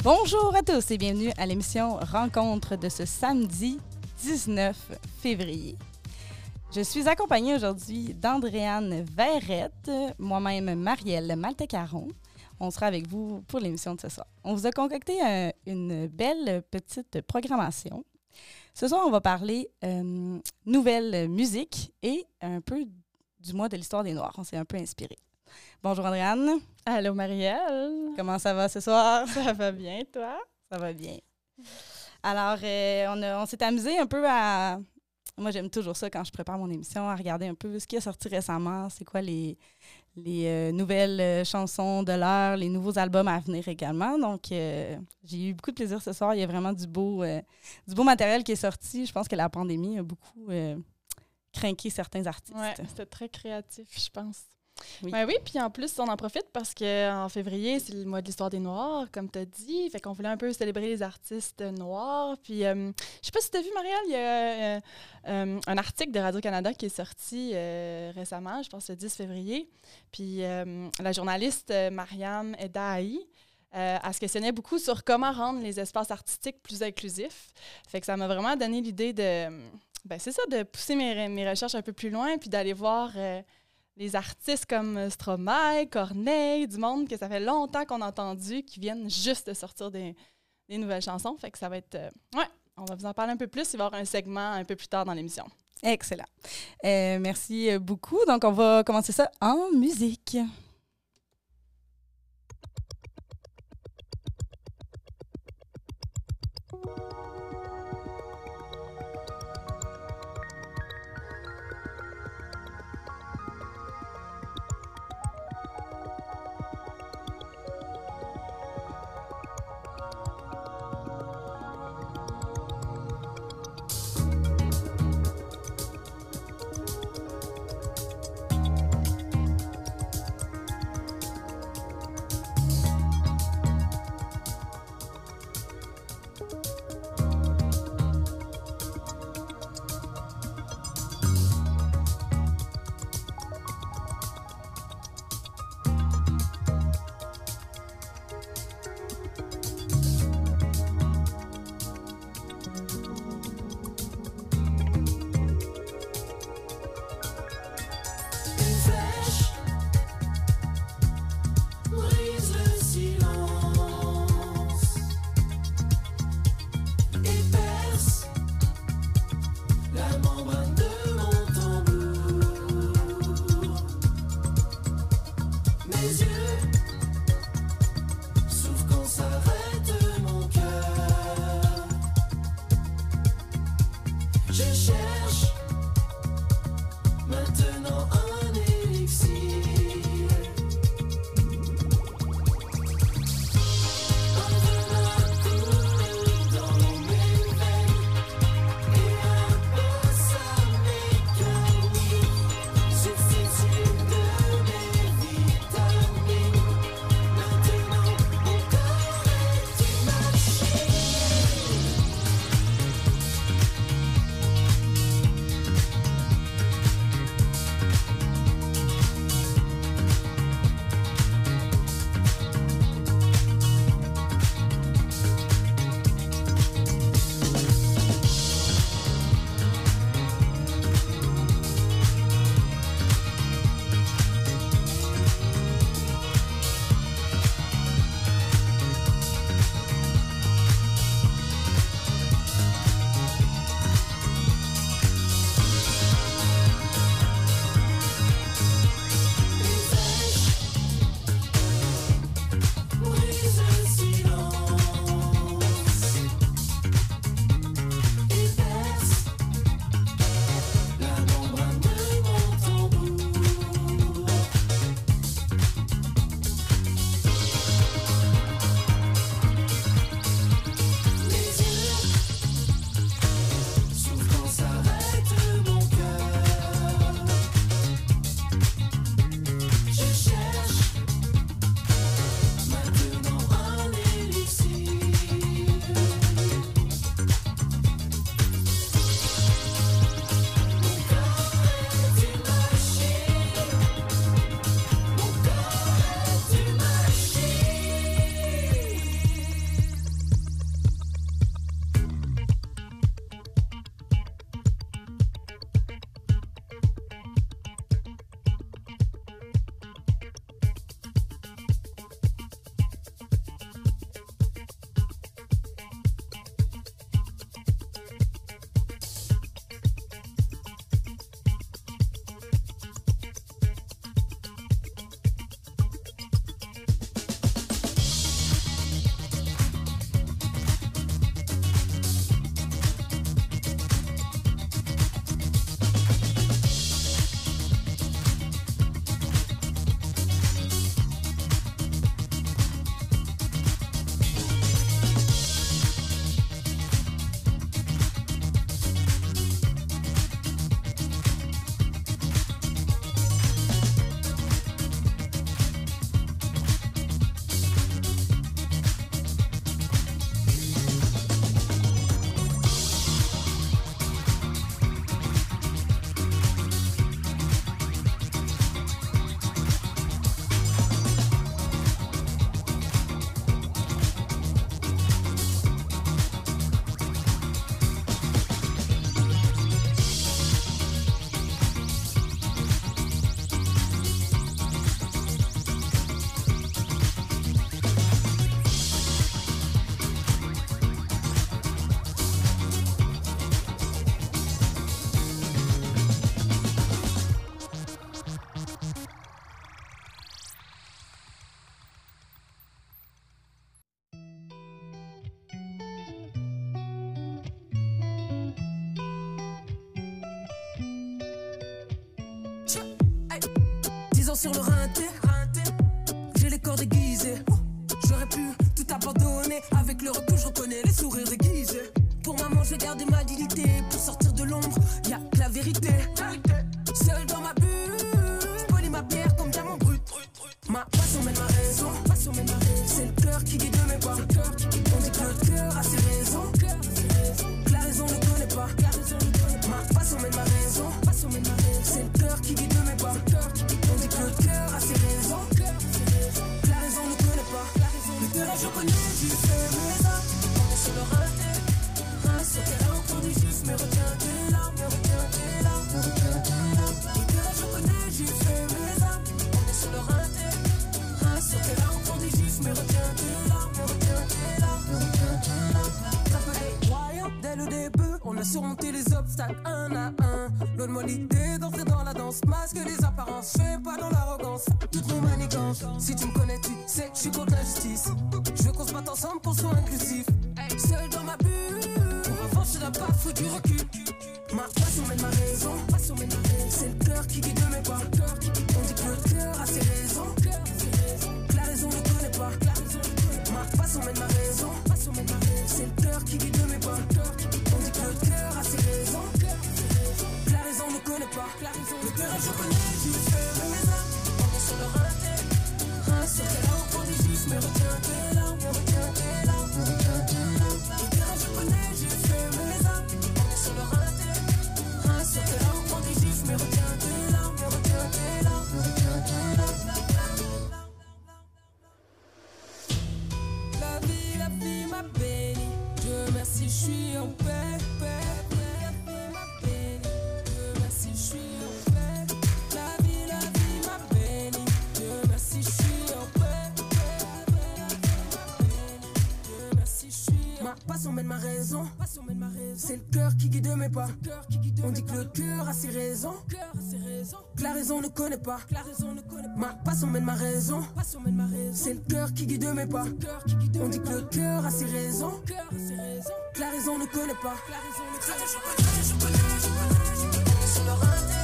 Bonjour à tous et bienvenue à l'émission Rencontre de ce samedi 19 février. Je suis accompagnée aujourd'hui d'Andréane Verrette, moi-même Marielle Maltecaron. On sera avec vous pour l'émission de ce soir. On vous a concocté une belle petite programmation. Ce soir, on va parler nouvelle musique et un peu du mois de l'histoire des Noirs. On s'est un peu inspiré. Bonjour Andréane. Allô Marielle. Comment ça va ce soir? Ça va bien, toi? Ça va bien. Alors, on s'est amusé un peu à... Moi, j'aime toujours ça quand je prépare mon émission, à regarder un peu ce qui a sorti récemment, c'est quoi les nouvelles chansons de l'heure, les nouveaux albums à venir également. Donc, j'ai eu beaucoup de plaisir ce soir. Il y a vraiment du beau matériel qui est sorti. Je pense que la pandémie a beaucoup craqué certains artistes. Oui, c'était très créatif, je pense. Oui. Ben oui, puis en plus, on en profite parce qu'en février, c'est le mois de l'histoire des Noirs, comme tu as dit. Fait qu'on voulait un peu célébrer les artistes noirs. Puis, je sais pas si tu as vu, Marielle, il y a un article de Radio-Canada qui est sorti récemment, je pense le 10 février. Puis, la journaliste Mariam Edaï, elle se questionnait beaucoup sur comment rendre les espaces artistiques plus inclusifs. Fait que ça m'a vraiment donné l'idée de, c'est ça, de pousser mes recherches un peu plus loin puis d'aller voir les artistes comme Stromae, Corneille, du monde que ça fait longtemps qu'on a entendu, qui viennent juste de sortir des nouvelles chansons. Fait que ça va être... on va vous en parler un peu plus. Il va y avoir un segment un peu plus tard dans l'émission. Excellent. Merci beaucoup. Donc, on va commencer ça en musique. temps sur le rinté. J'ai les corps déguisés. J'aurais pu tout abandonner. Avec le recul, je reconnais les sourires déguisés. Pour maman, je vais garder ma dignité. Pour sortir de l'ombre, y'a que la vérité. Seul dans ma bulle, polis ma pierre comme diamant brut. Ma passion mène ma raison. C'est le cœur qui guide mes pas. On dit que le cœur a ses raisons. Que la raison ne connaît pas. Ma passion mène ma raison. C'est le cœur qui guide mes pas. On dit que le cœur a ses raisons. Que la raison ne connaît pas. Le cœur je connais, j'y fais mes âmes. On est sur le raté. Sauter là au fond du gif, mais retiens tes larmes, Le cœur je connais, j'y fais mes âmes. On est sur le raté. Sauter là au fond du gif, mais retiens tes larmes, Voyons, dès le début, on a surmonté les obstacles un à un. Loin de moi l'idée d'entrer dans la danse, masque les apparences, je fais pas dans l'arrogance, toutes nos manigances. Si tu me connais, tu sais que je suis contre l'injustice. Je veux qu'on se batte ensemble pour soit inclusif. Seul dans ma bulle, pour avancer là pas, faut du recul. Ma passion mène ma raison, c'est le cœur qui guide mes pas. On dit que le cœur a ses raisons, que la raison ne connaît pas. Ma passion mène ma raison, c'est le cœur qui guide mes pas. On dit que le cœur a ses raisons, que la raison ne connaît pas. Le cœur je connais, j'y fais mes âmes. On est sur le raté, sauter là au fond du gif, mais retiens tes larmes, Le cœur je connais, j'y fais mes âmes. On est sur le raté, sauter là au fond du gif, mais retiens tes larmes, La vie m'a béni, Dieu merci, je suis en paix. La vie m'a béni, Dieu merci, je suis en paix. La vie m'a béni, Dieu merci, je suis en paix. Dieu merci, je suis en paix. Ma passion mène ma raison, c'est le cœur qui guide mes pas. On dit que le cœur a ses raisons, que la raison ne connaît pas. Ma passion mène ma raison, c'est le cœur qui guide mes pas. On dit que le cœur a ses raisons, que la raison ne connaît pas. Sur le raté.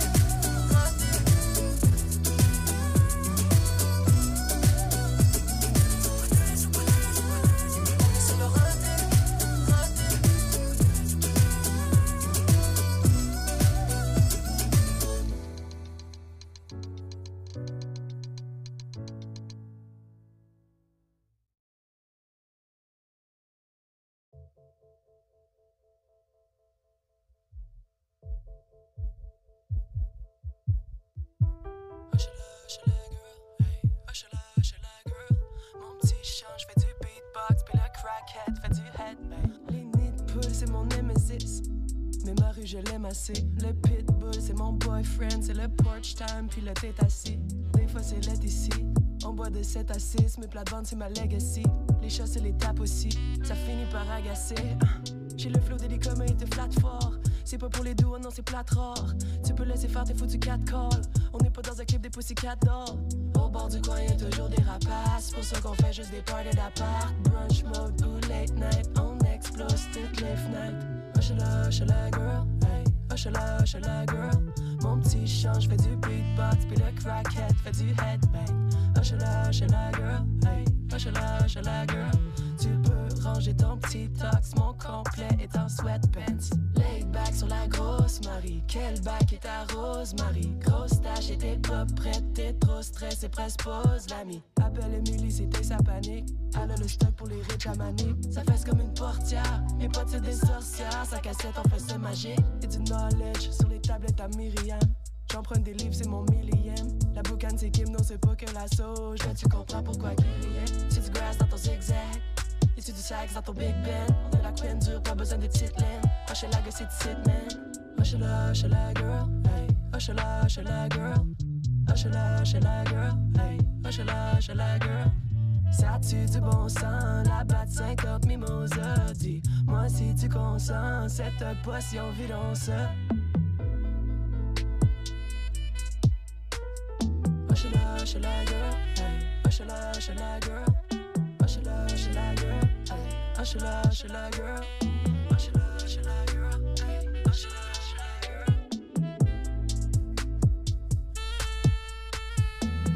Mon petit chant, je fais du beatbox, puis le crackhead fait du headbang. Les nids de poule, c'est mon nemesis, mais ma rue, je l'aime assez. Le pitbull, c'est mon boyfriend, c'est le porch time, puis le tête assis. Des fois, c'est l'aide ici. On boit de 7 à 6, mes plates-bandes, c'est ma legacy. Les chats, c'est les tapes aussi, ça finit par agacer. J'ai le flow délicat, mais il te flatte fort. C'est pas pour les doux, non, c'est plate rare. Tu peux laisser faire tes foutus catcalls. On n'est pas dans un clip des Pussycat Dolls. Au bord du coin, y'a toujours des rapaces. Pour ça qu'on fait juste des parties d'appart. Brunch mode ou late night, on explose toutes les fenêtres. Hush-la, girl, hey. Hush-la, girl. Mon petit chant, j'fais du beatbox, puis le crackhead fait du headbang. Hush-la, girl, hey. Hush-la, girl. Tu peux ranger ton petit tox, mon complet est en sweatpants. Laid back sur la grosse Marie, quel bac est ta rose Marie? Grosse tâche et t'es pas prête, t'es trop stressée, presque pose l'ami. Appelle Emily, c'était sa panique. Elle a le stock pour les riches à Manique. Ça fesse comme une portière, mes potes c'est des sorcières. Sa cassette en fait c'est magique. Et du knowledge sur les tablettes à Myriam. J'emprunte des livres, c'est mon millième. La boucane c'est Kim, non c'est pas que la sauge. Là tu comprends pourquoi qu'il riait. C'est du grass dans ton zigzag. Et c'est du sax dans ton Big Ben. On a la queen dure, pas besoin de petites laines. Hush-la, c'est titre, man. Hush-la, girl, hey. Hush-la, girl. Hush-la, girl, hey. Hush-la, girl. Ça tue du bon sang, la batte 50 mimosas. Dis-moi si tu consens, cette potion vidons ça. Hush-la, girl, hey. Hush-la, girl. Hush-la, girl, hey. Hush-la, girl. Hush-la, girl, hey. Hush-la, girl.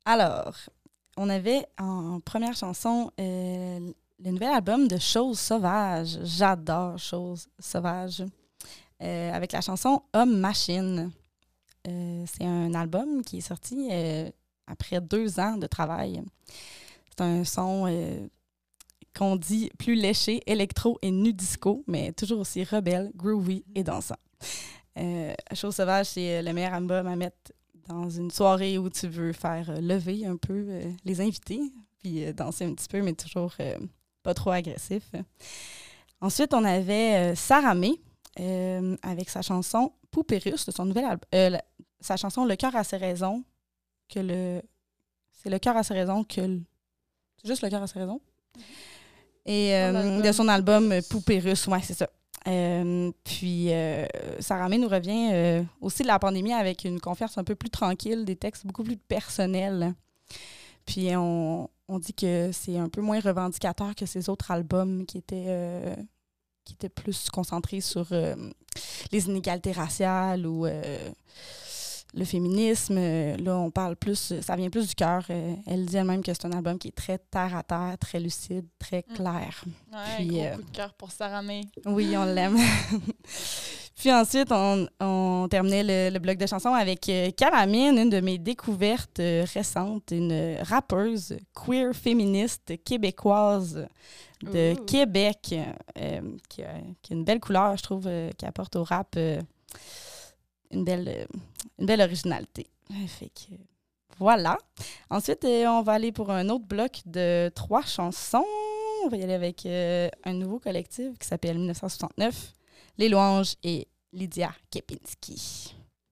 Alors, on avait en première chanson le nouvel album de Choses sauvages. J'adore Choses sauvages. Avec la chanson Homme Machine. C'est un album qui est sorti après 2 ans de travail. C'est un son qu'on dit plus léché, électro et nu disco, mais toujours aussi rebelle, groovy et dansant. Choses sauvages, c'est le meilleur album à mettre dans une soirée où tu veux faire lever un peu les invités, puis danser un petit peu, mais toujours pas trop agressif. Ensuite, on avait Sarah May avec sa chanson Poupée russe de son nouvel album. Sa chanson Le cœur a ses raisons. C'est le cœur a ses raisons que. C'est juste le cœur a ses raisons. Et de son album Poupée russe, ouais, c'est ça. Puis Sarah May nous revient aussi de la pandémie avec une conférence un peu plus tranquille, des textes beaucoup plus personnels. Puis on dit que c'est un peu moins revendicateur que ses autres albums qui étaient plus concentrés sur les inégalités raciales ou le féminisme. Là, on parle plus, ça vient plus du cœur. Elle dit elle-même que c'est un album qui est très terre-à-terre, très lucide, très clair. Ouais, puis, gros coup de cœur pour Sarah May. Oui, on l'aime. Puis ensuite, on terminait le bloc de chansons avec Calamine, une de mes découvertes récentes, une rappeuse queer féministe québécoise de Québec, qui a une belle couleur, je trouve, qui apporte au rap une belle originalité. Fait que voilà. Ensuite, on va aller pour un autre bloc de 3 chansons. On va y aller avec un nouveau collectif qui s'appelle 1969, Les Louanges et Lydia Kepinski.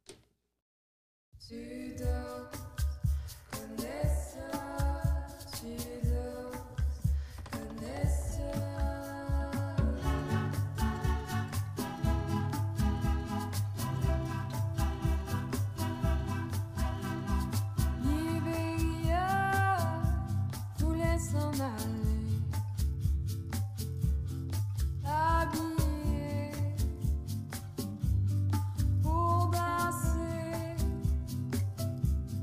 Tu dois connaître ça, tu dois connaître ça. Libéria voulait s'en aller, habillée pour danser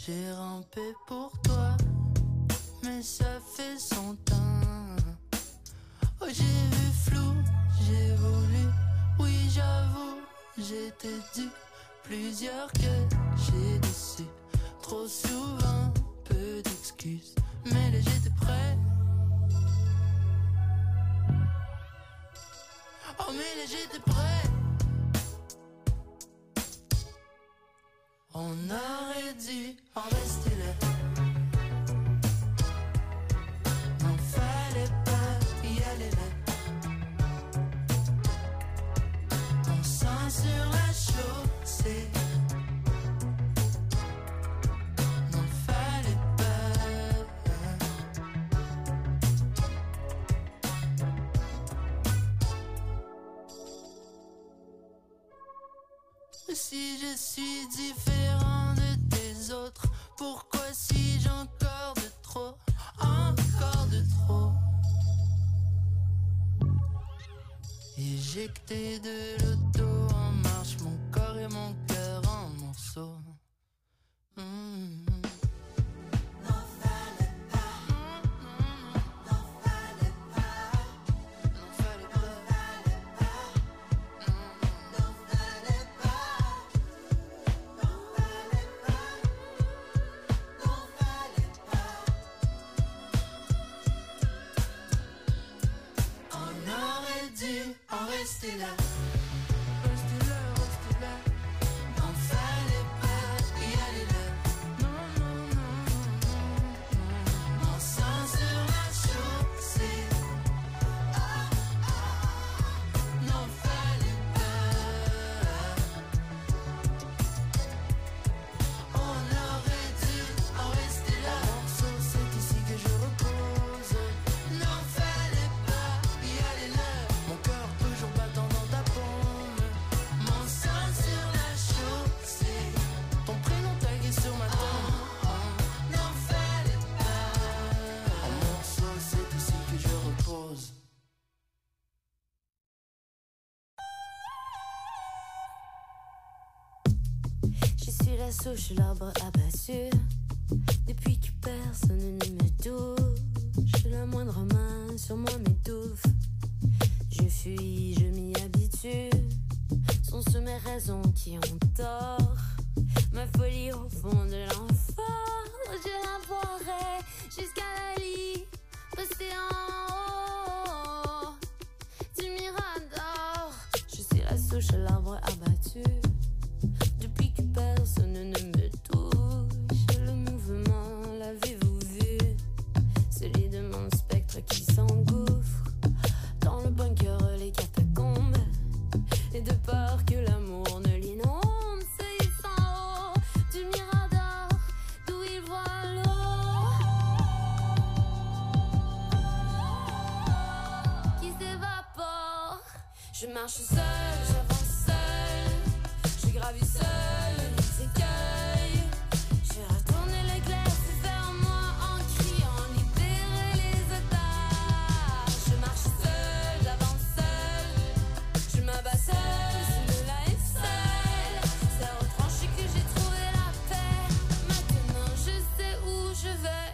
J'ai rampé pour toi, mais ça fait 100 ans. Oh, j'ai vu flou, j'ai voulu, oui j'avoue, j'étais dû. Plusieurs que j'ai déçu, trop souvent, peu d'excuses. Mais là j'étais prêt. Oh mais là j'étais prêt. On aurait dû en rester là. Non, fallait pas y aller là. On sent sur la chaussée. Non, fallait pas. Si je suis différent de tes autres, pourquoi suis-je encore de trop, encore de trop? Éjecté de l'auto en marche, mon corps et mon cœur en morceaux. Restez là, restez là, restez là. Non, fallait pas y aller là. Non, non, non, non, non. Non, sans sur la chaussée. Ah, ah. Non, fallait pas. On aurait dû en rester là. Morceau, c'est ici que je repose. Non, fallait pas y aller là. Mon cœur toujours battant dans ta paume. Mon sang sur la chaussée. Ton prénom tagué sur ma tombe. N'en fallait pas. En morceaux, c'est ici que je repose. Je suis la souche, l'arbre abattu. Depuis que personne ne me touche, la moindre main sur moi m'étouffe. Je fuis, je m'y habitue. Sont-ce mes raisons qui ont tort? Ma folie au fond de l'enfant, je l'envoierai jusqu'à la lit, rester en haut du mirador. Je suis la souche, l'arbre abattu. Depuis que personne ne me touche, le mouvement, l'avez-vous vu? Celui de mon spectre qui s'engouffre dans le bunker, les catacombes. Et de peur que l'amour ne l'inonde, c'est en haut du mirador d'où il voit l'eau qui s'évapore. Je marche seule, j'avance seule, je gravis seule les écueils. J'ai retourné les glaces vers moi en criant libérer les otages. Je marche seule, j'avance seule, je m'abats seule sous la aisselle. C'est retranché que j'ai trouvé la paix. Maintenant je sais où je vais.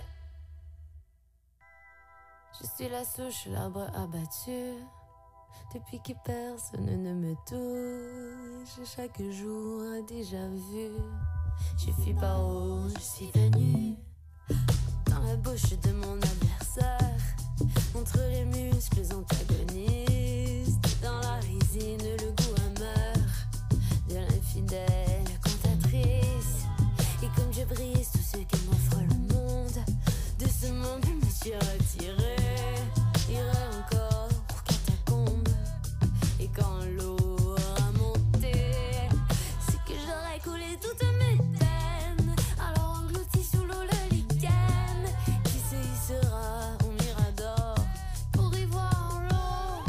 Je suis la souche, l'arbre abattu. Depuis que personne ne me touche, chaque jour un déjà vu. Je fuis par où je suis venue, dans la bouche de mon adversaire, entre les muscles antagonistes, dans la résine le goût amer de l'infidèle cantatrice. Et comme je brise tout ce que m'offre le monde, de ce monde je me suis retirée. Irai encore pour catacombes. Et quand l'eau aura monté, c'est que j'aurais coulé toutes mes peines. Alors englouti sous l'eau le lichen qui se hissera au mirador pour y voir l'eau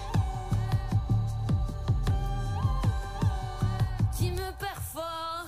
qui me perfore.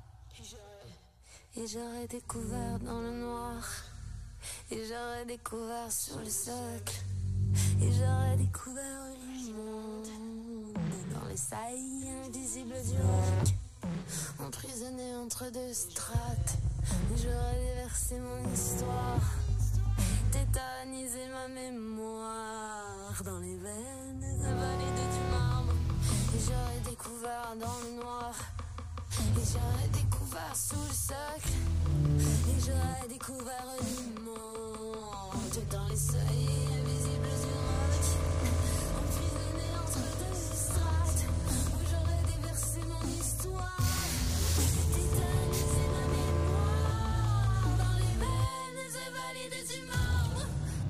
Et j'aurais découvert dans le noir, et j'aurais découvert sur le socle, et j'aurais découvert le monde dans les saillies invisibles du roc, emprisonné entre deux strates, J'aurais déversé mon histoire, tétanisé ma mémoire dans les veines des invalides du marbre. Et j'aurais découvert dans le noir, et j'aurais découvert sous le socle, et j'aurais découvert le monde dans les seuils invisibles du roc, emprisonné entre deux strates, où j'aurais déversé mon histoire, tétanisé ma mémoire dans les veines invalides du marbre.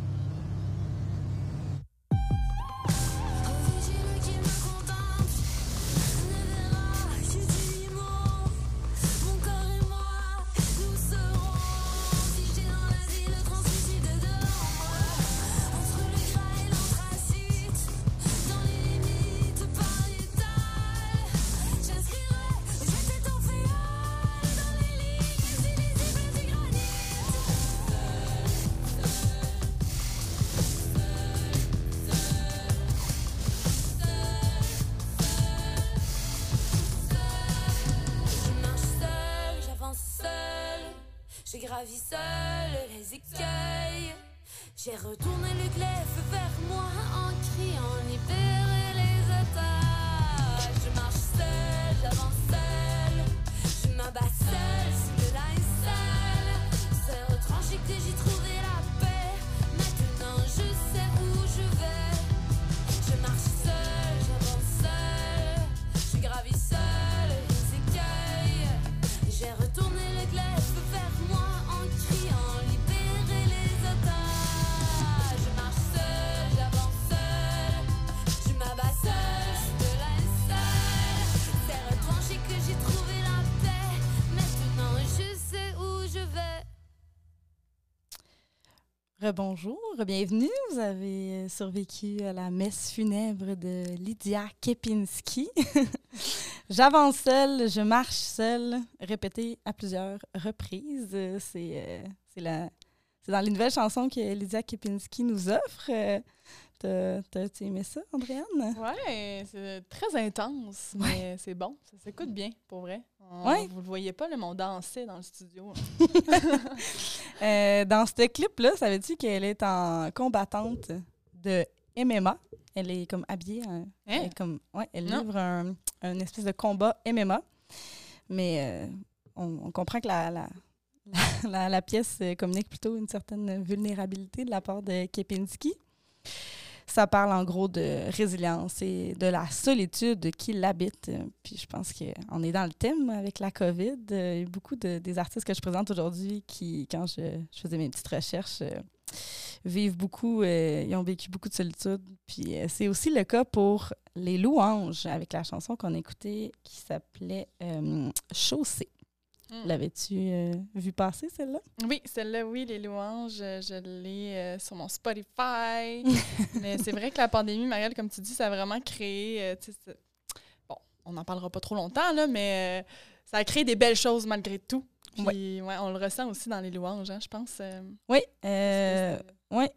Au vigile qui me contemple ne verra que des mots. Mon corps et moi, nous serons figés dans l'asile translucide de l'ombre. Entre le gras et l'anthracite, dans les limites pariétales, j'inscrirai jeter ton féal dans les lignes illisibles du granit. Je marche seule, j'avance seule, je gravis seule les écueils. J'ai retourné le glaive vers moi en criant libérer les otages. Je marche seule, j'avance seule, je m'abats seule sous le linceul. C'est retranché que j'ai trouvé la paix. Maintenant je sais où je vais. Je marche seule, j'avance seule, je gravis seule les écueils. J'ai retourné le glaive vers moi en criant libérer les otages. Je marche seule, j'avance seule, je m'abats seule sous le linceul. C'est retranché que j'ai trouvé la paix. Maintenant je sais où je vais. Rebonjour, bienvenue. Vous avez survécu à la messe funèbre de Lydia Kepinski. J'avance seule, je marche seule, répété à plusieurs reprises. C'est dans les nouvelles chansons que Lydia Kepinski nous offre. T'as-tu aimé ça, Andréane? Ouais, c'est très intense, mais c'est bon. Ça s'écoute bien, pour vrai. Ouais. Vous le voyez pas, le monde dansait dans le studio. Dans ce clip-là, savais-tu qu'elle est en combattante de MMA? Elle est comme habillée, elle, est comme, ouais, elle Non. livre un espèce de combat MMA. Mais on comprend que la pièce communique plutôt une certaine vulnérabilité de la part de Kepinski. Ça parle en gros de résilience et de la solitude qui l'habite. Puis je pense qu'on est dans le thème avec la COVID. Il y a beaucoup des artistes que je présente aujourd'hui qui, quand je faisais mes petites recherches, vivent beaucoup, ils ont vécu beaucoup de solitude. Puis c'est aussi le cas pour les Louanges, avec la chanson qu'on a écoutée qui s'appelait Chaussée. L'avais-tu vu passer, celle-là? Oui, celle-là, oui, les louanges, je l'ai sur mon Spotify. Mais c'est vrai que la pandémie, Marielle, comme tu dis, ça a vraiment créé... bon, on n'en parlera pas trop longtemps, là, mais ça a créé des belles choses malgré tout. Puis, ouais, on le ressent aussi dans les louanges, hein, je pense. Oui, oui.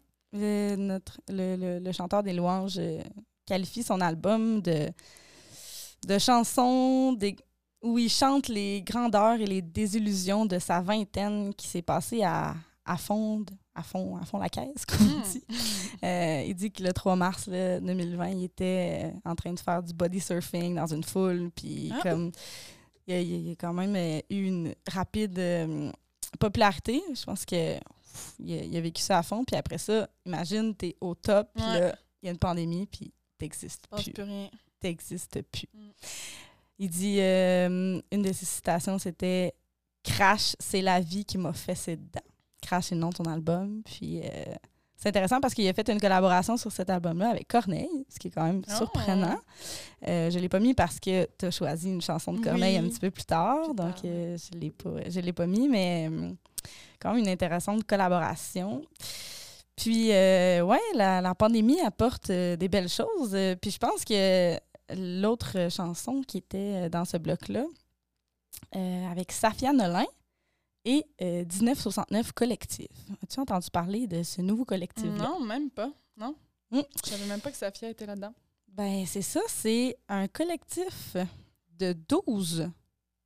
Le chanteur des Louanges qualifie son album de chansons où il chante les grandeurs et les désillusions de sa vingtaine qui s'est passée à fond la caisse, comme on dit. Il dit que le 3 mars 2020, il était en train de faire du body surfing dans une foule, puis comme il a quand même eu une rapide popularité. Je pense que il a vécu ça à fond, puis après ça, imagine, t'es au top, puis là, il y a une pandémie, puis t'existes plus. Plus rien. T'existes plus. Il dit, une de ses citations, c'était « Crash, c'est la vie qui m'a fessé dedans ». Crash, c'est le nom de ton album. Puis c'est intéressant parce qu'il a fait une collaboration sur cet album-là avec Corneille, ce qui est quand même surprenant. Je ne l'ai pas mis parce que tu as choisi une chanson de Corneille un petit peu plus tard. Donc, je l'ai pas mis, mais quand même une intéressante collaboration. Puis, la pandémie apporte des belles choses. Puis je pense que l'autre chanson qui était dans ce bloc-là, avec Safia Nolin et 1969 Collectif. As-tu entendu parler de ce nouveau collectif-là? Non, même pas. Non. Je savais même pas que Safia était là-dedans. Ben, c'est ça. C'est un collectif de 12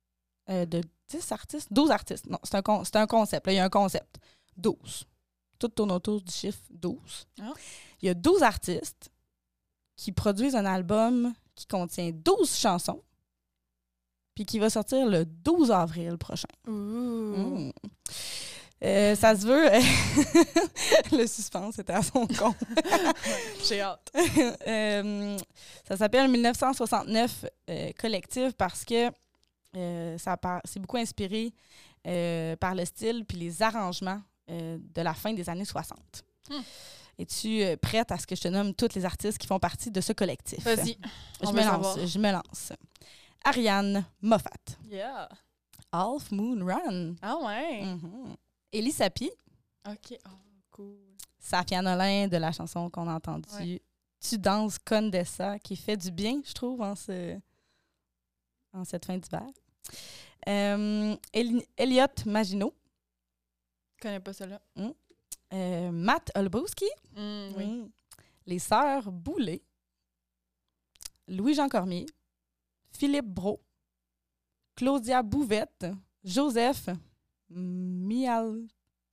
de 10 artistes, 12 artistes. Non, c'est un concept. Là, il y a un concept. 12. Tout tourne autour du chiffre 12. Ah. Il y a 12 artistes qui produisent un album qui contient 12 chansons puis qui va sortir le 12 avril prochain. Ouh. Ça se veut. Le suspense était à son compte. J'ai hâte. Ça s'appelle 1969 Collective parce que c'est beaucoup inspiré par le style puis les arrangements de la fin des années 60. Es-tu prête à ce que je te nomme tous les artistes qui font partie de ce collectif? Vas-y. Je me lance. Ariane Moffat. Yeah. Half Moon Run. Ah ouais. Elie Sapi. OK. Oh, cool. Safia Nolin de la chanson qu'on a entendue. Ouais. Tu danses Condessa, qui fait du bien, je trouve, en cette fin d'hiver. Elliot Maginot. Je connais pas celle-là. Matt Olbowski. Oui. Les Sœurs Boulay. Louis-Jean Cormier. Philippe Brault. Claudia Bouvette. Joseph Mialcéan.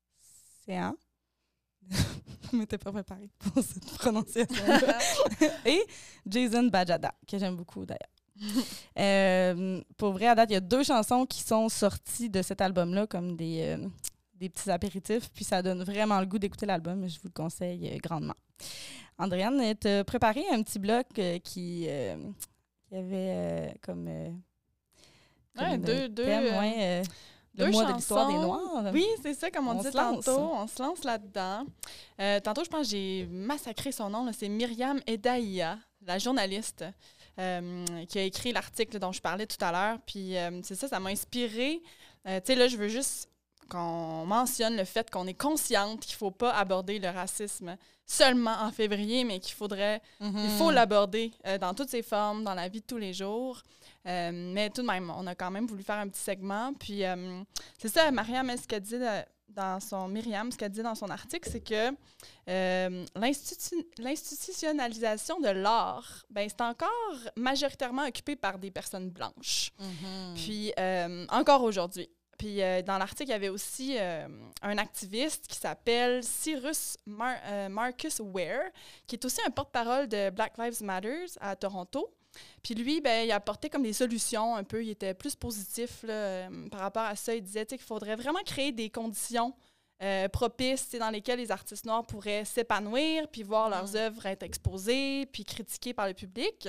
Je m'étais pas préparée pour cette prononciation-là. Et Jason Bajada, que j'aime beaucoup d'ailleurs. Pour vrai, à date, il y a 2 chansons qui sont sorties de cet album-là comme des petits apéritifs, puis ça donne vraiment le goût d'écouter l'album. Je vous le conseille grandement. Andréane, tu as préparé un petit bloc qui avait comme deux thème, le mois de l'histoire des Noirs. Oui, c'est ça, comme on disait se lance. tantôt. On se lance là-dedans. Tantôt, je pense que j'ai massacré son nom. Là. C'est Myriam Edaïa, la journaliste, qui a écrit l'article dont je parlais tout à l'heure. Puis c'est ça m'a inspirée. Tu sais, là, je veux juste qu'on mentionne le fait qu'on est consciente qu'il ne faut pas aborder le racisme seulement en février, mais qu'il faudrait, il faut l'aborder dans toutes ses formes, dans la vie de tous les jours. Mais tout de même, on a quand même voulu faire un petit segment. Puis c'est ça, Myriam, ce qu'elle dit dans son article, c'est que l'institutionnalisation de l'art, ben, c'est encore majoritairement occupé par des personnes blanches. Puis encore aujourd'hui. Puis dans l'article, il y avait aussi un activiste qui s'appelle Cyrus Marcus Ware, qui est aussi un porte-parole de Black Lives Matter à Toronto. Puis lui, ben, il a apporté comme des solutions un peu. Il était plus positif là, par rapport à ça. Il disait qu'il faudrait vraiment créer des conditions propices dans lesquelles les artistes noirs pourraient s'épanouir, puis voir leurs œuvres être exposées, puis critiquées par le public.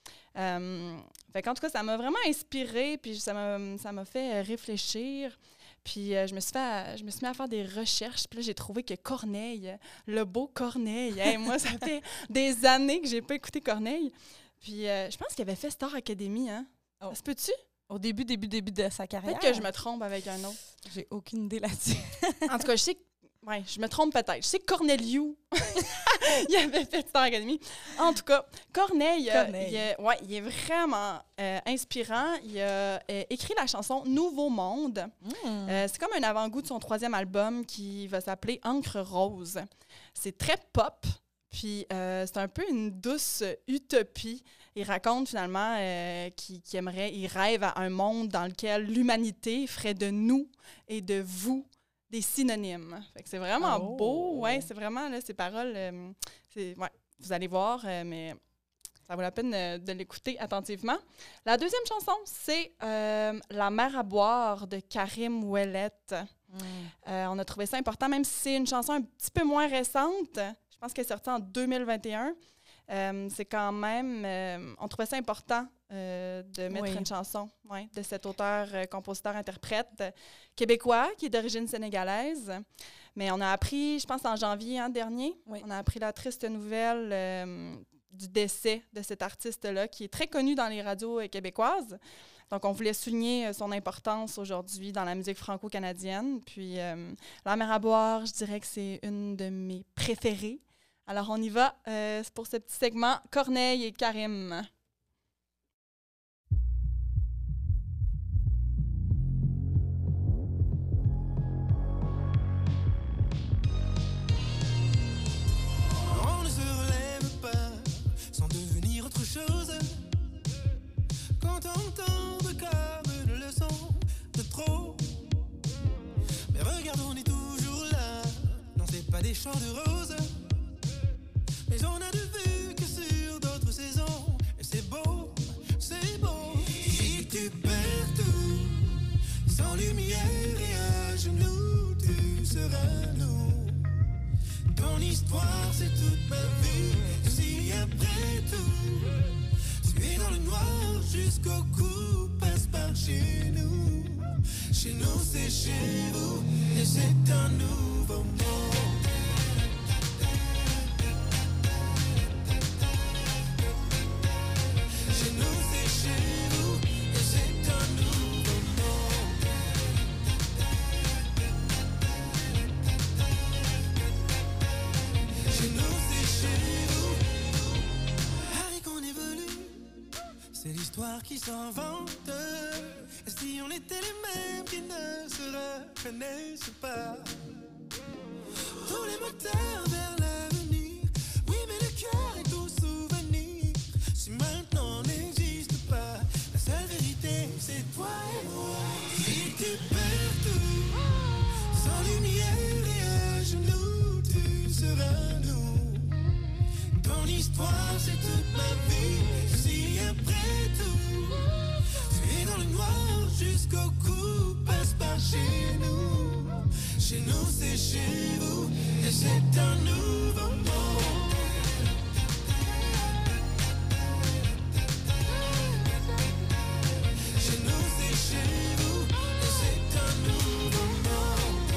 Fait qu'en tout cas, ça m'a vraiment inspirée, puis ça m'a fait réfléchir. Puis je me suis mis à faire des recherches. Puis là, j'ai trouvé que Corneille, le beau Corneille, hey, moi, ça fait des années que j'ai pas écouté Corneille. Puis je pense qu'il avait fait Star Academy, hein? Oh. Ça se peut-tu? Au début de sa carrière. Peut-être que je me trompe avec un autre. J'ai aucune idée là-dessus. En tout cas, je sais que... Ouais, je me trompe peut-être. Je sais que Corneliu, il avait fait Star Academy. En tout cas, Corneille. Il est vraiment inspirant. Il a écrit la chanson Nouveau Monde. C'est comme un avant-goût de son 3e album qui va s'appeler Encre Rose. C'est très pop. Puis c'est un peu une douce utopie. Il raconte finalement il rêve à un monde dans lequel l'humanité ferait de nous et de vous des synonymes. Fait que c'est vraiment beau. Ouais, c'est vraiment, là, ces paroles, vous allez voir, mais ça vaut la peine de l'écouter attentivement. La deuxième chanson, c'est La mer à boire de Karim Ouellet. On a trouvé ça important, même si c'est une chanson un petit peu moins récente. Je pense qu'elle est sortie en 2021. C'est quand même... on trouvait ça important de mettre une chanson de cet auteur, compositeur, interprète québécois qui est d'origine sénégalaise. Mais on a appris, je pense en janvier dernier, on a appris la triste nouvelle du décès de cet artiste-là qui est très connu dans les radios québécoises. Donc, on voulait souligner son importance aujourd'hui dans la musique franco-canadienne. Puis, La mer à boire, je dirais que c'est une de mes préférées. Alors, on y va pour ce petit segment Corneille et Karim. On ne se relève pas sans devenir autre chose. Quand on tombe comme une leçon, soir de rose. Mais on a de vue que sur d'autres saisons. Et c'est beau, c'est beau. Si tu perds tout, sans lumière et à genoux, tu seras nous. Ton histoire, c'est toute ma vie. Si après tout, tu es dans le noir jusqu'au cou, passe par chez nous. Chez nous, c'est chez vous, et c'est un nouveau monde. Chez nous, c'est chez vous, et c'est un nouveau monde. Chez nous, c'est chez vous. Avec qu'on évolue, c'est l'histoire qui s'invente. Et si on était les mêmes qui ne se reconnaissent pas, tous les moteurs vers l'avenir. Oui, mais le cœur est tout souvenir. Si maintenant n'existe pas, la seule vérité c'est toi et moi. Si tu perds tout, sans lumière et à genoux, tu seras nous. Ton histoire c'est toute ma vie. Si après tout, tu es dans le noir jusqu'au cou, passe par chez nous. Chez nous c'est chez vous, et c'est un nouveau monde. Chez nous c'est chez vous, et c'est un nouveau monde.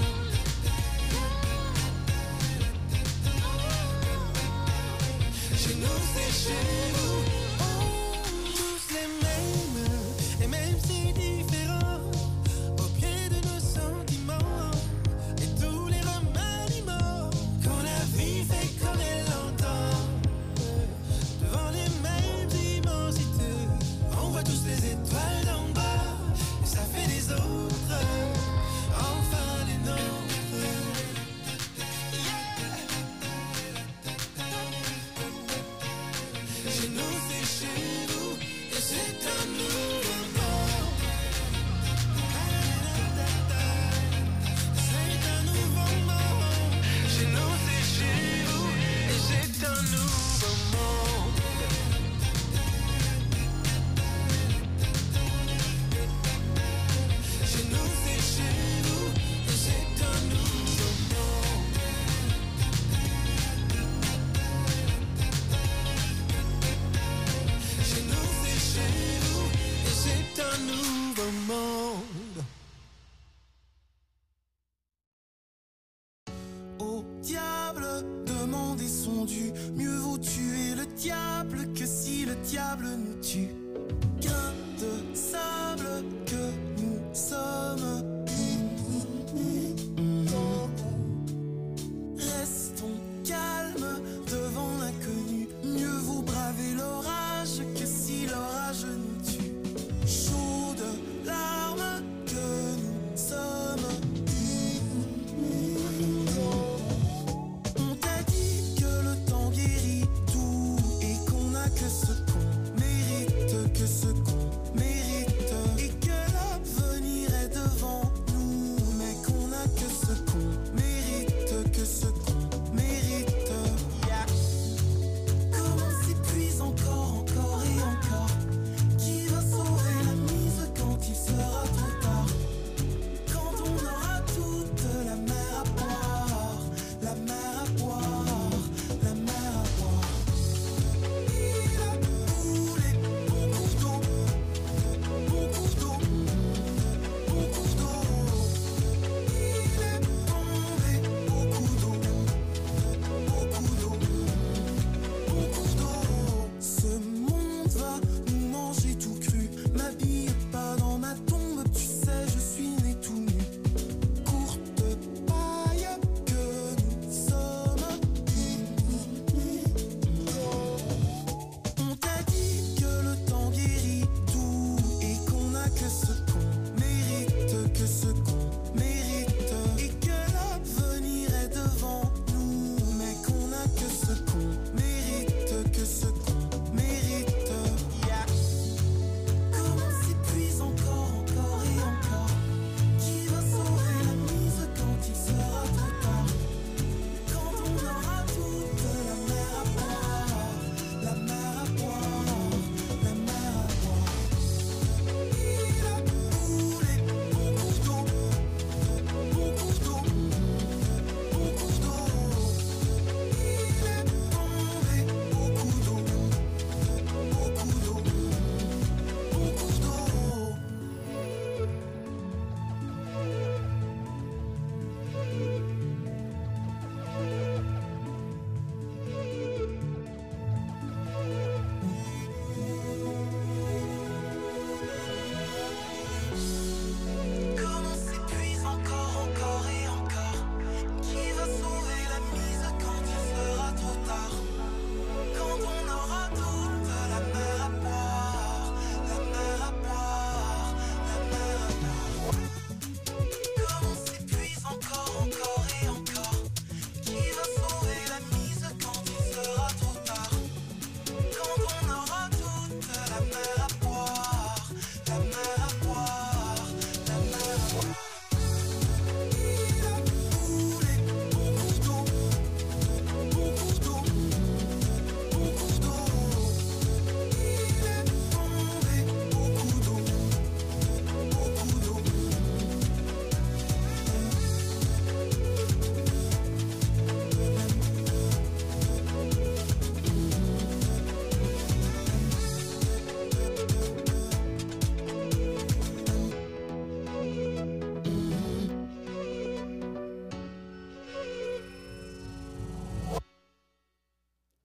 Chez nous c'est chez vous. Tous les mêmes, et même si différents, au pied de nos sentiments, et tous les remaniements, quand la vie fait comme elle l'entend, devant les mêmes immensités, on voit tous les étoiles d'en bas, et ça fait des autres, enfin les nôtres. Chez nous c'est chez vous, et c'est un nouveau monde. C'est un nouveau monde. Chez nous c'est chez vous, et c'est un nouveau monde. Chez nous c'est chez vous, et c'est un nouveau monde. Chez nous c'est chez vous, et c'est un nouveau monde. Au diable, demander son dû. Mieux vaut tuer le diable que si le diable nous tue. Grain de sable que nous sommes. Restons calmes devant l'inconnu. Mieux vaut braver l'orage que si l'orage nous tue. Chaudes larmes que nous sommes. On t'a dit que le temps guérit tout et qu'on n'a que ce qu'on mérite.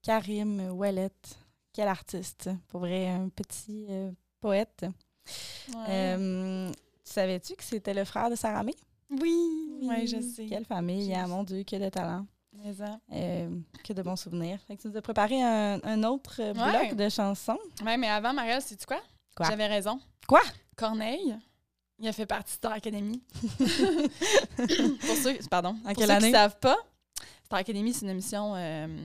Karim Ouellet. Quel artiste. Pour vrai, un petit poète. Ouais. Tu savais-tu que c'était le frère de Sarah May? Oui, je sais. Quelle famille, Je ah, sais. mon Dieu, que de talent. Mais ça. Que de bons souvenirs. Fait que tu nous as préparé un autre bloc Ouais. de chansons. Ouais, mais avant, Marielle, sais-tu quoi? Quoi? J'avais raison. Quoi? Corneille, il a fait partie de Star Academy. Pour ceux, pardon. En Pour quelle ceux année? qui ne savent pas, Star Academy, c'est une émission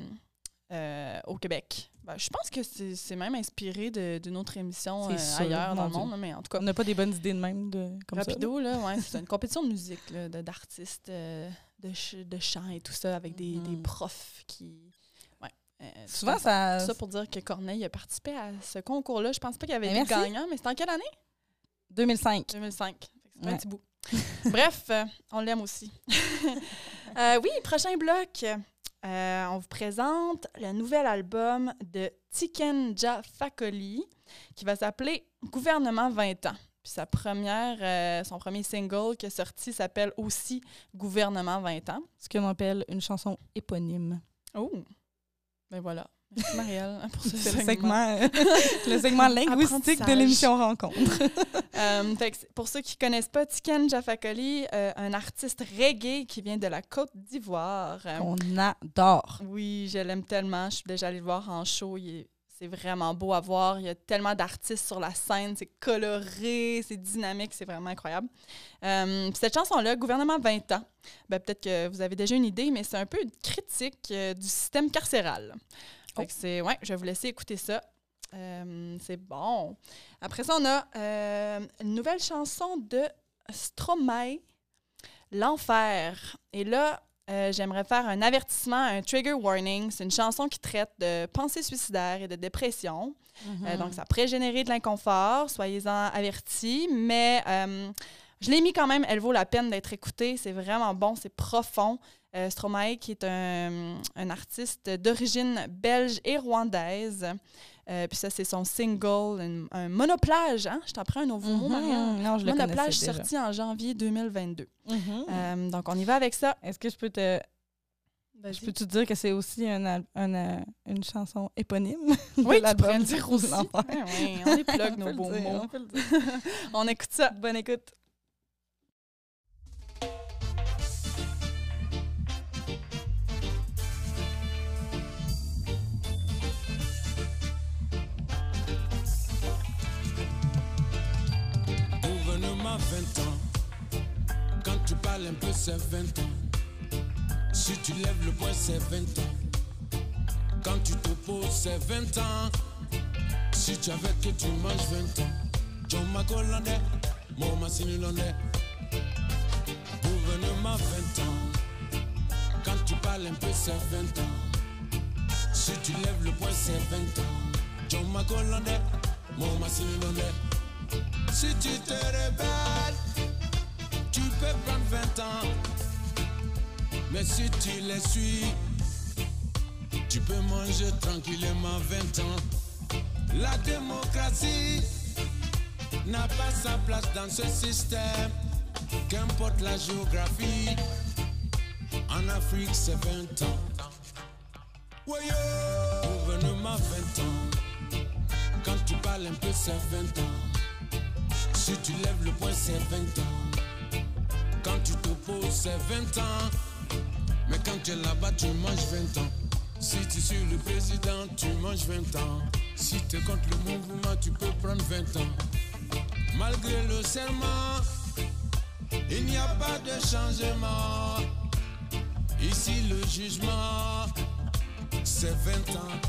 au Québec. Ben, je pense que c'est même inspiré d'une autre émission C'est sûr, ailleurs dans mon le Dieu. monde, mais en tout cas, On n'a pas des bonnes idées de même comme ça. rapido, là, ouais, c'est une compétition de musique, là, d'artistes, de chant et tout ça, avec des profs qui... Ouais, Souvent, ça... ça pour dire que Corneille a participé à ce concours-là. Je pense pas qu'il y avait Ben, des merci. gagnants, mais c'était en quelle année? 2005. 2005. Fait que c'est pas Ouais. un petit bout. Bref, on l'aime aussi. Oui, prochain bloc. On vous présente le nouvel album de Tiken-Jah Fakoly qui va s'appeler Gouvernement 20 ans. Puis son premier single qui est sorti s'appelle aussi Gouvernement 20 ans. Ce qu'on appelle une chanson éponyme. Oh! Ben voilà. Merci Marielle pour ce C'est segment. le segment linguistique de Apprentissage. l'émission Rencontre. Fait que pour ceux qui ne connaissent pas Tiken-Jah Fakoly, un artiste reggae qui vient de la Côte d'Ivoire. On adore. Oui, je l'aime tellement. Je suis déjà allée le voir en show. C'est vraiment beau à voir. Il y a tellement d'artistes sur la scène. C'est coloré, c'est dynamique, c'est vraiment incroyable. Puis cette chanson-là, Gouvernement 20 ans, ben, peut-être que vous avez déjà une idée, mais c'est un peu une critique du système carcéral. Fait que je vais vous laisser écouter ça. C'est bon. Après ça, on a une nouvelle chanson de Stromae, L'Enfer. Et là, j'aimerais faire un avertissement, un trigger warning. C'est une chanson qui traite de pensées suicidaires et de dépression. Donc, ça pourrait générer de l'inconfort. Soyez-en avertis. Mais je l'ai mis quand même. Elle vaut la peine d'être écoutée. C'est vraiment bon. C'est profond. Stromae, qui est un artiste d'origine belge et rwandaise. Puis ça, c'est son single, un monoplage. Hein? Je t'en prends un nouveau mot, Marianne. Non, je le Monoplage connaissais déjà. sorti en janvier 2022. Mhm. Donc, on y va avec ça. Est-ce que je peux te te dire que c'est aussi une chanson éponyme Oui, de l'album tu pourrais le dire aussi. L'Enfer? Oui, on les plug, On nos peut le beaux dire, mots. on peut le dire. On écoute ça. Bonne écoute. Gouvernement 20 ans. Quand tu parles un peu, c'est 20 ans. Si tu lèves le poing, c'est 20 ans. Quand tu t'opposes, c'est 20 ans. Si tu avais que tu manges 20 ans. John Macolande, Moma Sinilonde. Gouvernement 20 ans. Quand tu parles un peu, c'est 20 ans. Si tu lèves le poing, c'est 20 ans. John Macolande, Moma Sinilonde. Si tu te rebelles, tu peux prendre 20 ans. Mais si tu les suis, tu peux manger tranquillement 20 ans. La démocratie n'a pas sa place dans ce système. Qu'importe la géographie, en Afrique c'est 20 ans. Woyo, gouvernement 20 ans. Quand tu parles un peu c'est 20 ans. Si tu lèves le poing, c'est 20 ans. Quand tu t'opposes, c'est 20 ans. Mais quand tu es là-bas, tu manges 20 ans. Si tu suis le président, tu manges 20 ans. Si tu es contre le mouvement, tu peux prendre 20 ans. Malgré le serment, il n'y a pas de changement. Ici, le jugement, c'est 20 ans.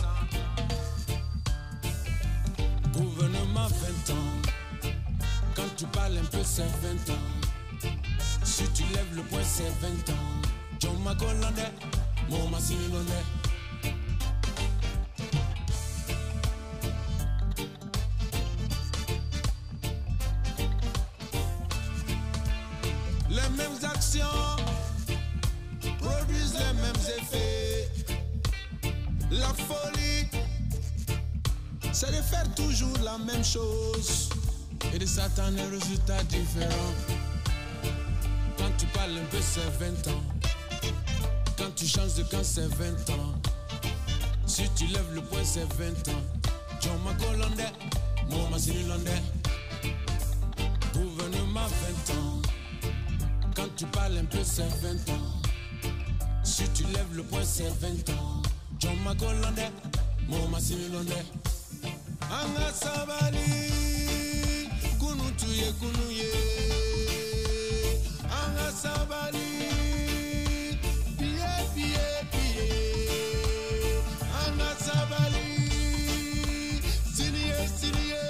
Gouvernement 20 ans. Quand tu parles un peu, c'est 20 ans. Si tu lèves le poing, c'est 20 ans. John Macolande, Moma Sinilonde. Les mêmes actions produisent les mêmes effets. La folie, c'est de faire toujours la même chose et de s'attendre à un résultat différent. Quand tu parles un peu, c'est 20 ans. Quand tu changes de camp, c'est 20 ans. Si tu lèves le poing, c'est 20 ans. John Macolonde, mon Massini Londais. Gouvernement 20 ans. Quand tu parles un peu, c'est 20 ans. Si tu lèves le poing, c'est 20 ans. John Macolonde, mon Massini Londais. Anga Sabali, Kunutuye Kunuye. Anga Sabali, Pie Pie Pie. Anga Sabali, Sinie Sinie.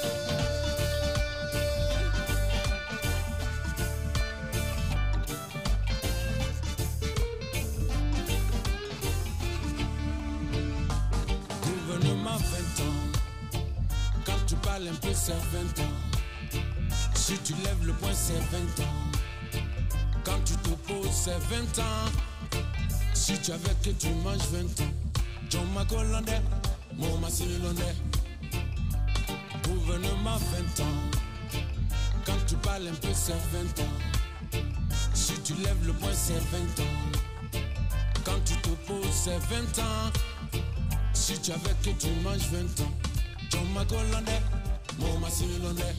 Gouvernement 20 ans. Quand tu parles un peu, c'est 20 ans. Si tu lèves le poing, c'est 20 ans. Quand tu t'opposes, c'est 20 ans. Si tu avais que tu manges 20 ans. John Macolonde, mon Massini Londais. Gouvernement 20 ans. Quand tu parles un peu, c'est 20 ans. Si tu lèves le poing, c'est 20 ans. Quand tu t'opposes, c'est 20 ans. Si tu avais que tu manges 20 ans. John Macolonde, mon Massini Londais.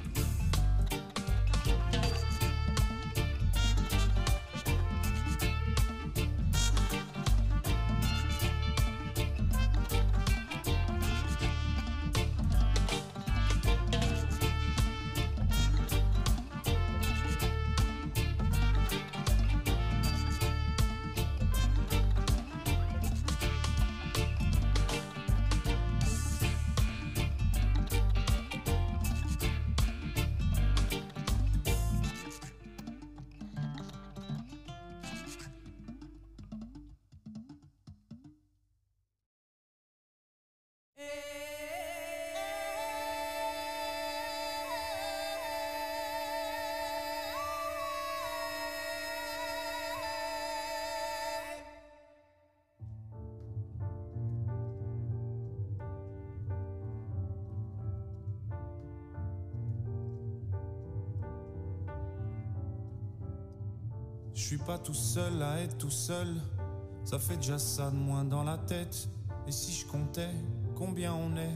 Je suis pas tout seul à être tout seul, ça fait déjà ça de moins dans la tête. Et si je comptais combien on est?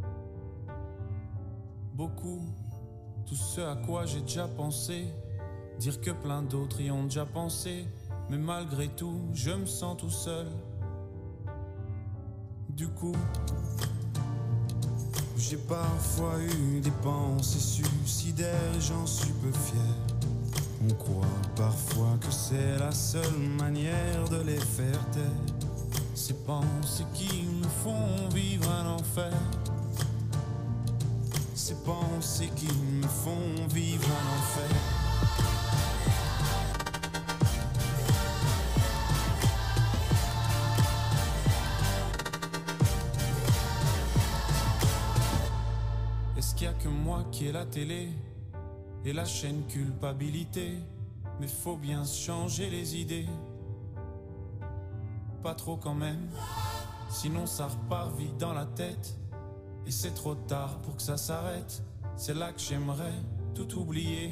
Beaucoup, tout ce à quoi j'ai déjà pensé, dire que plein d'autres y ont déjà pensé. Mais malgré tout, je me sens tout seul. Du coup, j'ai parfois eu des pensées suicidaires et j'en suis peu fier. On croit parfois que c'est la seule manière de les faire taire. Ces pensées qui nous font vivre un enfer. Ces pensées qui me font vivre un enfer. Est-ce qu'il y a que moi qui ai la télé et la chaîne culpabilité? Mais faut bien se changer les idées. Pas trop quand même, sinon ça repart vite dans la tête. Et c'est trop tard pour que ça s'arrête. C'est là que j'aimerais tout oublier.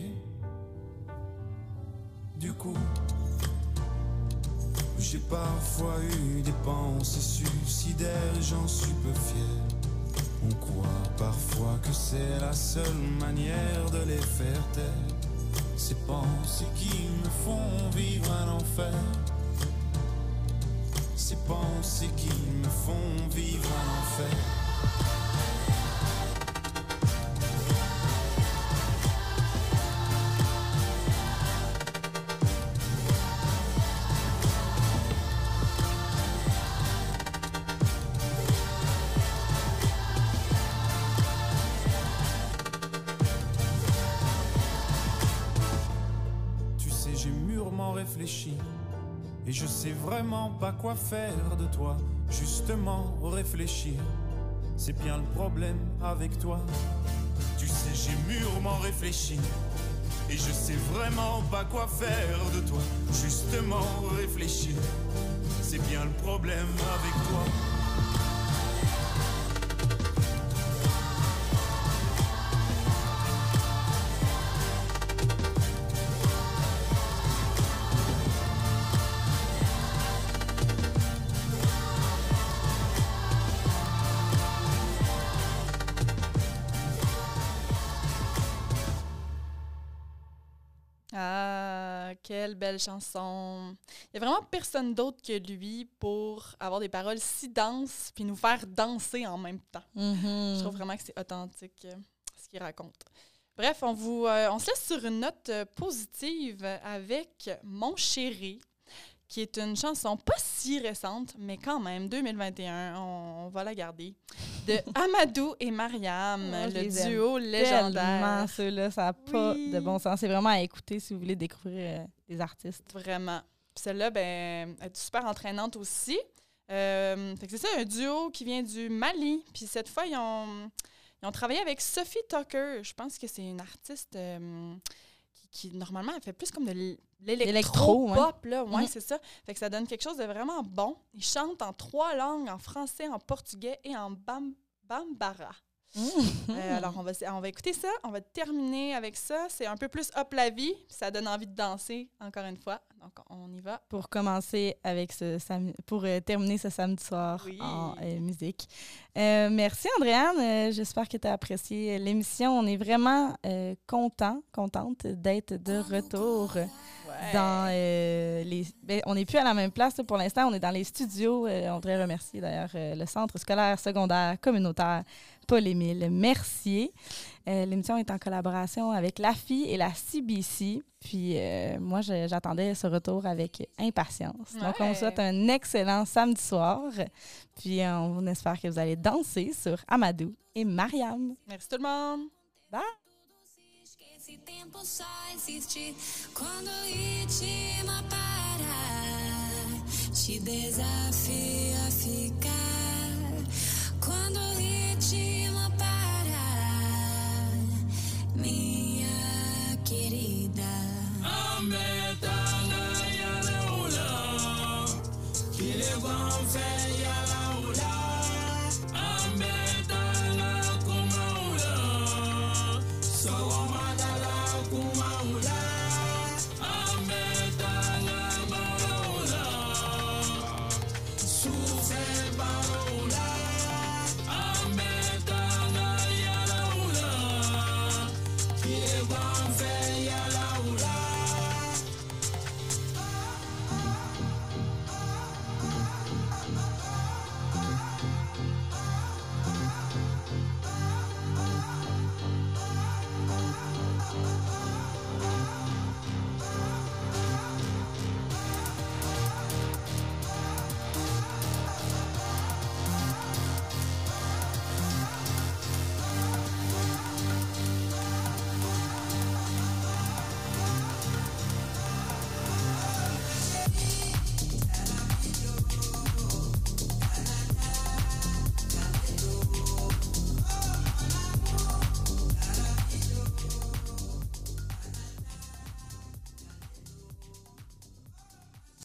Du coup, j'ai parfois eu des pensées suicidaires et j'en suis peu fier. On croit parfois que c'est la seule manière de les faire taire. Ces pensées qui me font vivre un enfer. Ces pensées qui me font vivre un enfer. Réfléchi et je sais vraiment pas quoi faire de toi. Justement réfléchir, c'est bien le problème avec toi. Tu sais j'ai mûrement réfléchi et je sais vraiment pas quoi faire de toi. Justement réfléchir, c'est bien le problème avec toi. Quelle belle chanson. Il n'y a vraiment personne d'autre que lui pour avoir des paroles si denses puis nous faire danser en même temps. Je trouve vraiment que c'est authentique ce qu'il raconte. Bref, on se laisse sur une note positive avec Mon chéri, qui est une chanson pas si récente, mais quand même, 2021, on va la garder, de Amadou et Mariam, le duo légendaire. Tellement, ceux-là, ça n'a pas de bon sens. C'est vraiment à écouter si vous voulez découvrir des artistes. Vraiment. Puis celle-là, ben, elle est super entraînante aussi. Fait que c'est ça, un duo qui vient du Mali. Puis cette fois, ils ont travaillé avec Sophie Tucker. Je pense que c'est une artiste qui normalement, elle fait plus comme de l'électro-pop. Ouais, c'est ça. Fait que ça donne quelque chose de vraiment bon. Ils chantent en 3 langues, en français, en portugais et en bambara. Alors, on va écouter ça. On va terminer avec ça. C'est un peu plus up la vie. Ça donne envie de danser, encore une fois. Donc, on y va. Pour commencer avec pour terminer ce samedi soir en musique. Merci, Andréane. J'espère que tu as apprécié l'émission. On est vraiment contente d'être de retour. Dans on n'est plus à la même place pour l'instant. On est dans les studios. On voudrait remercier d'ailleurs le Centre scolaire secondaire communautaire Paul-Émile Mercier. L'émission est en collaboration avec l'AFI et la CBC. Puis moi, j'attendais ce retour avec impatience. Donc, on vous souhaite un excellent samedi soir. Puis on espère que vous allez danser sur Amadou et Mariam. Merci tout le monde. Bye! Esse tempo só existe quando o ritmo parar. Te desafio a ficar quando o ritmo parar, minha querida. Ameta na yale ula, que levam fé.